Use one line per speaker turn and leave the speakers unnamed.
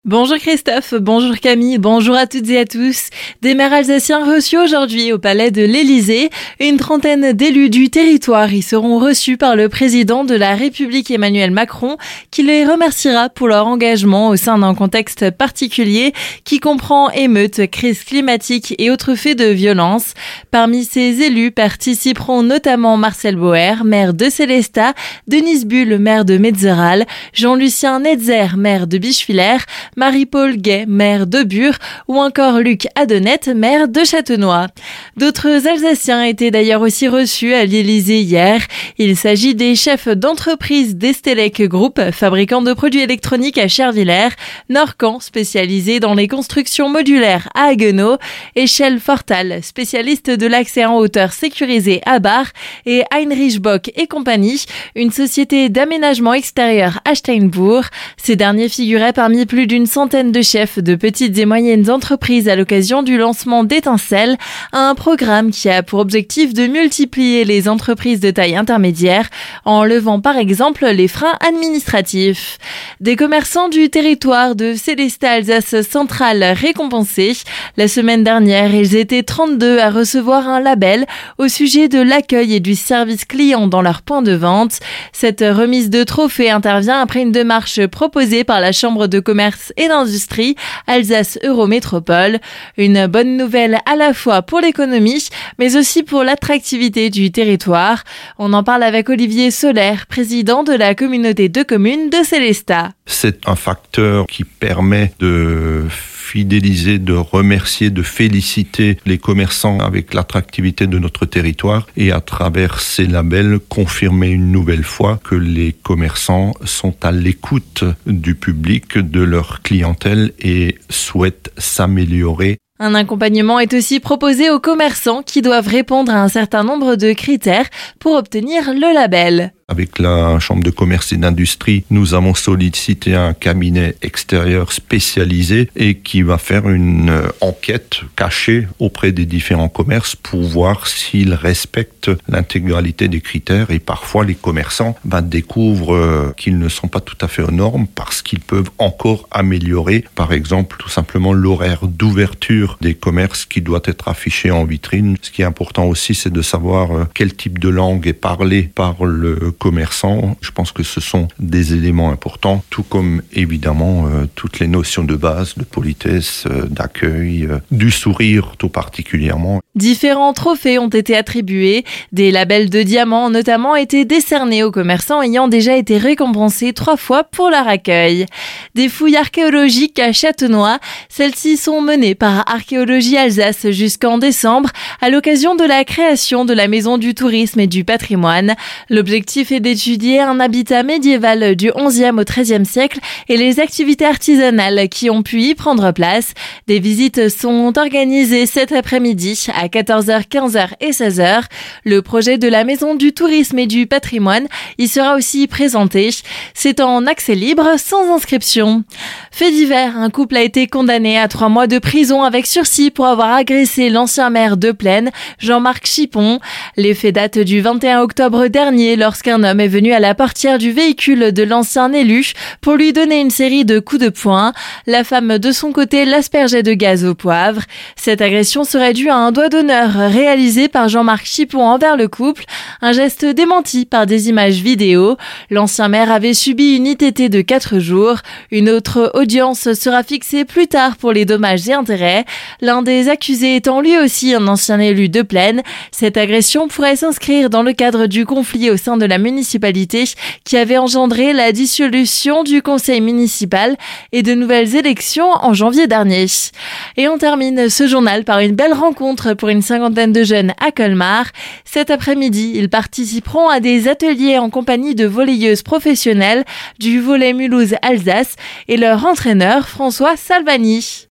Bonjour Christophe, bonjour Camille, bonjour à toutes et à tous. Des maires alsaciens reçus aujourd'hui au palais de l'Élysée. Une trentaine d'élus du territoire y seront reçus par le président de la République Emmanuel Macron, qui les remerciera pour leur engagement au sein d'un contexte particulier qui comprend émeutes, crise climatique et autres faits de violence. Parmi ces élus participeront notamment Marcel Boer, maire de Sélestat, Denise Bull, maire de Metzeral, Jean-Lucien Netzer, maire de Bischwiller, Marie-Paul Gay, maire de Bure, ou encore Luc Adonnet, maire de Châtenois. D'autres Alsaciens étaient d'ailleurs aussi reçus à l'Élysée hier. Il s'agit des chefs d'entreprise d'Estelec Group, fabricant de produits électroniques à Chervillers, Norcan, spécialisé dans les constructions modulaires à Haguenau, et Shell Fortal, spécialiste de l'accès en hauteur sécurisé à Bar, et Heinrich Bock et compagnie, une société d'aménagement extérieur à Steinbourg. Ces derniers figuraient parmi plus d'une centaine de chefs de petites et moyennes entreprises à l'occasion du lancement d'Étincelle, un programme qui a pour objectif de multiplier les entreprises de taille intermédiaire en levant par exemple les freins administratifs. Des commerçants du territoire de Sélestat Alsace Centrale récompensés. La semaine dernière, ils étaient 32 à recevoir un label au sujet de l'accueil et du service client dans leur point de vente. Cette remise de trophée intervient après une démarche proposée par la Chambre de commerce et d'industrie Alsace Eurométropole. Une bonne nouvelle à la fois pour l'économie, mais aussi pour l'attractivité du territoire. On en parle avec Olivier Soler, président de la communauté de communes de Sélestat.
C'est un facteur qui permet de fidéliser, de remercier, de féliciter les commerçants avec l'attractivité de notre territoire et à travers ces labels confirmer une nouvelle fois que les commerçants sont à l'écoute du public, de leur clientèle et souhaitent s'améliorer.
Un accompagnement est aussi proposé aux commerçants qui doivent répondre à un certain nombre de critères pour obtenir le label.
Avec la Chambre de commerce et d'industrie, nous avons sollicité un cabinet extérieur spécialisé et qui va faire une enquête cachée auprès des différents commerces pour voir s'ils respectent l'intégralité des critères. Et parfois, les commerçants découvrent qu'ils ne sont pas tout à fait aux normes parce qu'ils peuvent encore améliorer, par exemple, tout simplement l'horaire d'ouverture des commerces qui doit être affiché en vitrine. Ce qui est important aussi, c'est de savoir quel type de langue est parlée par le commerçants. Je pense que ce sont des éléments importants, tout comme évidemment toutes les notions de base, de politesse, d'accueil, du sourire tout particulièrement.
Différents trophées ont été attribués. Des labels de diamants notamment étaient décernés aux commerçants ayant déjà été récompensés 3 fois pour leur accueil. Des fouilles archéologiques à Châtenois. Celles-ci sont menées par Archéologie Alsace jusqu'en décembre à l'occasion de la création de la Maison du Tourisme et du Patrimoine. L'objectif est d'étudier un habitat médiéval du XIe au XIIIe siècle et les activités artisanales qui ont pu y prendre place. Des visites sont organisées cet après-midi à 14h, 15h et 16h. Le projet de la Maison du Tourisme et du Patrimoine y sera aussi présenté. C'est en accès libre, sans inscription. Fait divers, un couple a été condamné à 3 mois de prison avec sursis pour avoir agressé l'ancien maire de Plaine, Jean-Marc Chipon. Les faits datent du 21 octobre dernier lorsqu'un homme est venu à la portière du véhicule de l'ancien élu pour lui donner une série de coups de poing. La femme de son côté l'aspergeait de gaz au poivre. Cette agression serait due à un doigt d'honneur réalisé par Jean-Marc Chipon envers le couple, un geste démenti par des images vidéo. L'ancien maire avait subi une ITT de 4 jours. Une autre audience sera fixée plus tard pour les dommages et intérêts. L'un des accusés étant lui aussi un ancien élu de Plaine. Cette agression pourrait s'inscrire dans le cadre du conflit au sein de la municipalité qui avait engendré la dissolution du conseil municipal et de nouvelles élections en janvier dernier. Et on termine ce journal par une belle rencontre pour une 50aine de jeunes à Colmar. Cet après-midi, ils participeront à des ateliers en compagnie de volleyeuses professionnelles du volley Mulhouse Alsace et leur entraîneur François Salvani.